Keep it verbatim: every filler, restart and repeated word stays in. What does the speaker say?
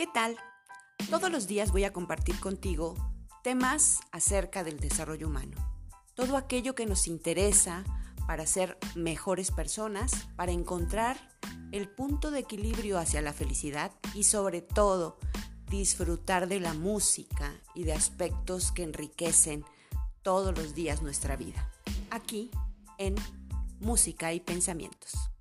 ¿Qué tal? Todos los días voy a compartir contigo temas acerca del desarrollo humano. Todo aquello que nos interesa para ser mejores personas, para encontrar el punto de equilibrio hacia la felicidad y sobre todo disfrutar de la música y de aspectos que enriquecen todos los días nuestra vida. Aquí en Música y Pensamientos.